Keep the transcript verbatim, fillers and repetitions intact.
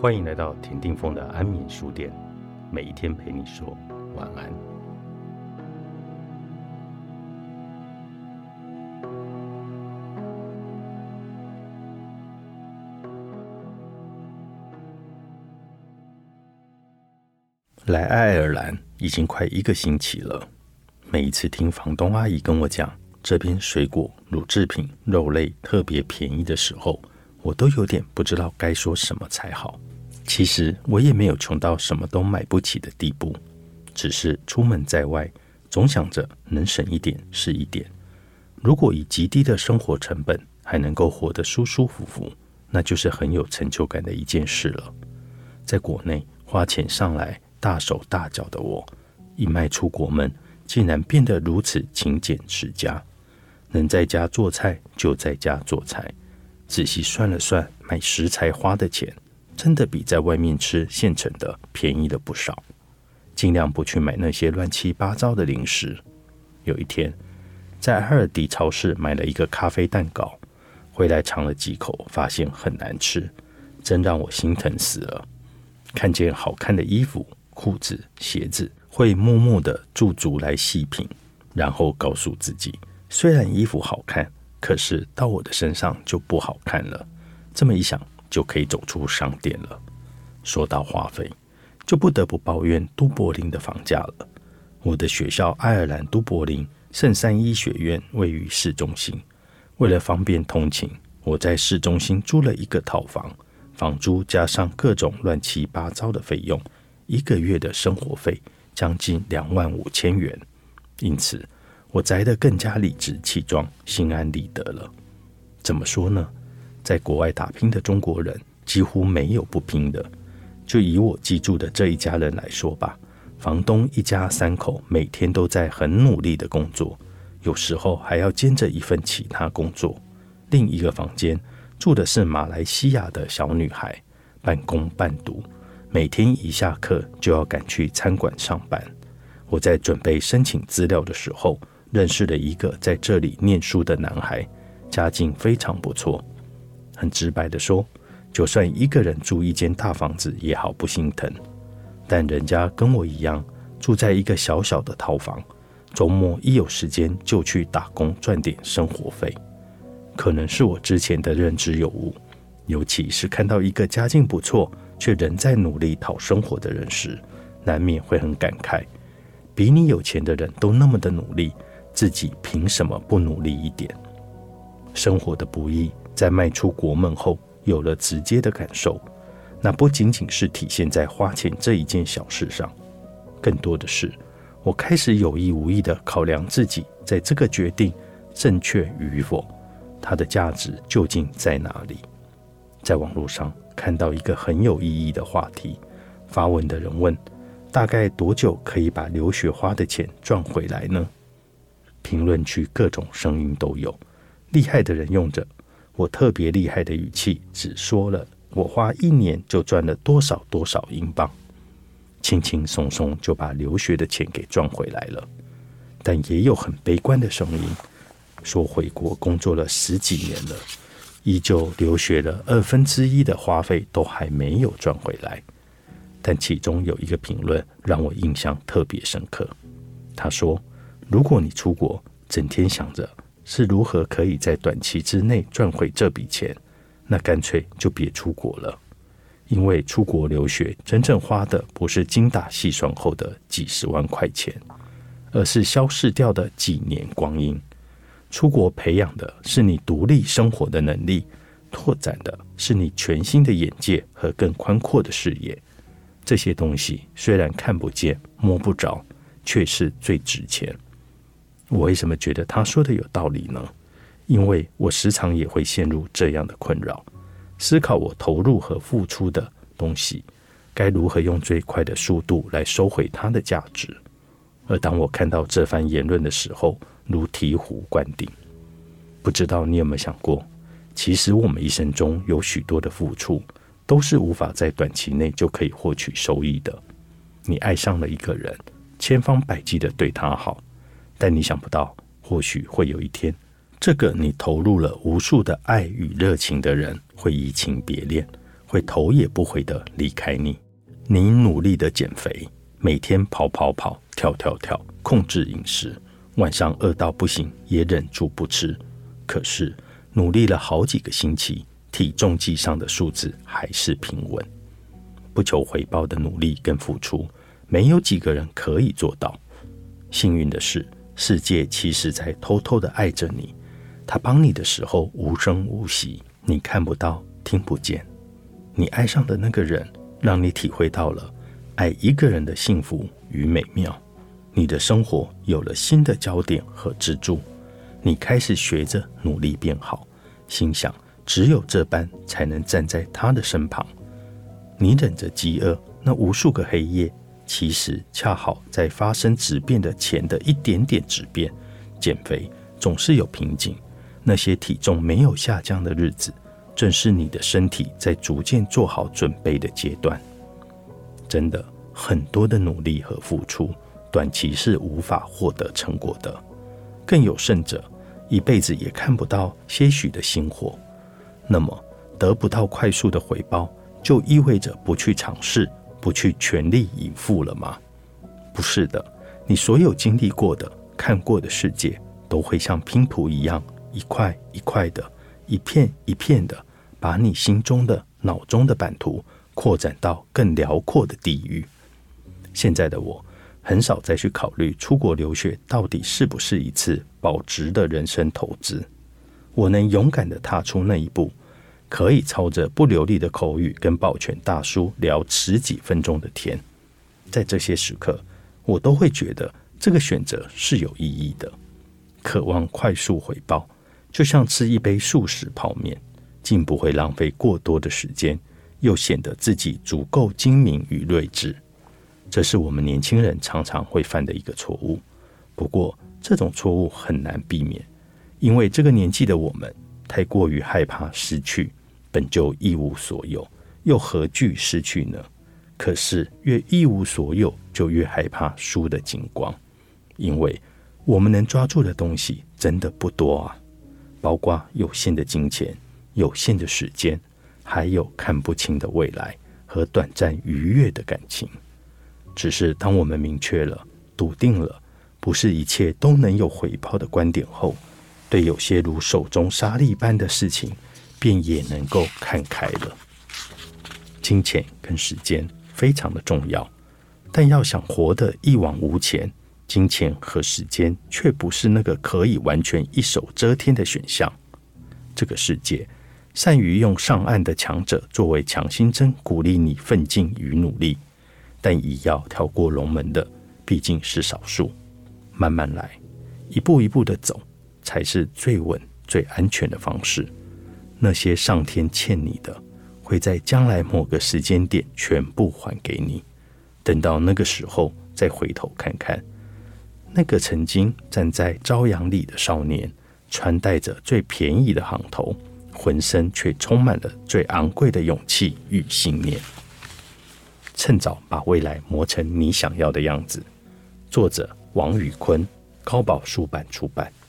欢迎来到田定峰的安眠书店，每一天陪你说晚安。来爱尔兰已经快一个星期了，每一次听房东阿姨跟我讲这边水果、乳制品、肉类特别便宜的时候，我都有点不知道该说什么才好。其实我也没有穷到什么都买不起的地步，只是出门在外，总想着能省一点是一点。如果以极低的生活成本还能够活得舒舒服服，那就是很有成就感的一件事了。在国内花钱上来大手大脚的我，一迈出国门，竟然变得如此勤俭持家。能在家做菜就在家做菜，仔细算了算，买食材花的钱真的比在外面吃现成的便宜了不少。尽量不去买那些乱七八糟的零食。有一天在埃尔迪超市买了一个咖啡蛋糕，回来尝了几口，发现很难吃，真让我心疼死了。看见好看的衣服、裤子、鞋子，会默默的驻足来细品，然后告诉自己，虽然衣服好看，可是到我的身上就不好看了。这么一想，就可以走出商店了。说到花费，就不得不抱怨都柏林的房价了。我的学校爱尔兰都柏林圣三一学院位于市中心，为了方便通勤，我在市中心租了一个套房，房租加上各种乱七八糟的费用，一个月的生活费将近两万五千元。因此我宅得更加理直气壮，心安理得了。怎么说呢？在国外打拼的中国人几乎没有不拼的。就以我记住的这一家人来说吧，房东一家三口每天都在很努力的工作，有时候还要兼着一份其他工作。另一个房间住的是马来西亚的小女孩，半工半读，每天一下课就要赶去餐馆上班。我在准备申请资料的时候，认识了一个在这里念书的男孩，家境非常不错。很直白的说，就算一个人住一间大房子也好不心疼，但人家跟我一样住在一个小小的套房，周末一有时间就去打工赚点生活费。可能是我之前的认知有误，尤其是看到一个家境不错却仍在努力讨生活的人时，难免会很感慨，比你有钱的人都那么的努力，自己凭什么不努力一点？生活的不易在迈出国门后有了直接的感受，那不仅仅是体现在花钱这一件小事上，更多的是我开始有意无意地考量自己在这个决定正确与否，它的价值究竟在哪里。在网络上看到一个很有意义的话题，发文的人问，大概多久可以把留学花的钱赚回来呢？评论区各种声音都有，厉害的人用着我特别厉害的语气，只说了我花一年就赚了多少多少英镑，轻轻松松就把留学的钱给赚回来了。但也有很悲观的声音，说回国工作了十几年了，依旧留学了二分之一的花费都还没有赚回来。但其中有一个评论让我印象特别深刻，他说，如果你出国整天想着是如何可以在短期之内赚回这笔钱，那干脆就别出国了。因为出国留学真正花的不是精打细算后的几十万块钱，而是消逝掉的几年光阴。出国培养的是你独立生活的能力，拓展的是你全新的眼界和更宽阔的视野。这些东西虽然看不见摸不着，却是最值钱。我为什么觉得他说的有道理呢？因为我时常也会陷入这样的困扰，思考我投入和付出的东西该如何用最快的速度来收回它的价值。而当我看到这番言论的时候，如醍醐灌顶。不知道你有没有想过，其实我们一生中有许多的付出都是无法在短期内就可以获取收益的。你爱上了一个人，千方百计地对他好，但你想不到，或许会有一天，这个你投入了无数的爱与热情的人会移情别恋， 会头也不回的离开你。你努力的减肥，每天跑跑跑，跳跳跳，控制饮食，晚上饿到不行也忍住不吃。可是努力了好几个星期，体重计上的数字还是平稳。不求回报的努力跟付出，没有几个人可以做到。幸运的是，世界其实在偷偷的爱着你，他帮你的时候无声无息，你看不到听不见。你爱上的那个人，让你体会到了爱一个人的幸福与美妙。你的生活有了新的焦点和支柱，你开始学着努力变好，心想只有这般才能站在他的身旁。你忍着饥饿，那无数个黑夜，其实恰好在发生质变的前的一点点质变。减肥总是有瓶颈，那些体重没有下降的日子，正是你的身体在逐渐做好准备的阶段。真的，很多的努力和付出，短期是无法获得成果的。更有甚者，一辈子也看不到些许的薪火。那么，得不到快速的回报，就意味着不去尝试，不去全力以赴了吗？不是的，你所有经历过的、看过的世界，都会像拼图一样，一块一块的，一片一片的，把你心中的、脑中的版图扩展到更辽阔的地域。现在的我，很少再去考虑出国留学到底是不是一次保值的人生投资。我能勇敢地踏出那一步，可以操着不流利的口语跟保全大叔聊十几分钟的天，在这些时刻，我都会觉得这个选择是有意义的。渴望快速回报，就像吃一杯速食泡面，既不会浪费过多的时间，又显得自己足够精明与睿智。这是我们年轻人常常会犯的一个错误。不过，这种错误很难避免，因为这个年纪的我们太过于害怕失去，本就一无所有，又何惧失去呢？可是越一无所有，就越害怕输得精光，因为我们能抓住的东西真的不多啊，包括有限的金钱、有限的时间，还有看不清的未来和短暂愉悦的感情。只是当我们明确了、笃定了不是一切都能有回报的观点后，对有些如手中沙粒般的事情便也能够看开了。金钱跟时间非常的重要，但要想活得一往无前，金钱和时间却不是那个可以完全一手遮天的选项。这个世界善于用上岸的强者作为强心针，鼓励你奋进与努力，但一要跳过龙门的毕竟是少数。慢慢来，一步一步的走，才是最稳最安全的方式。那些上天欠你的，会在将来某个时间点全部还给你。等到那个时候再回头看看，那个曾经站在朝阳里的少年，穿戴着最便宜的行头，浑身却充满了最昂贵的勇气与信念。趁早把未来磨成你想要的样子。作者王宇坤，高宝书版出版。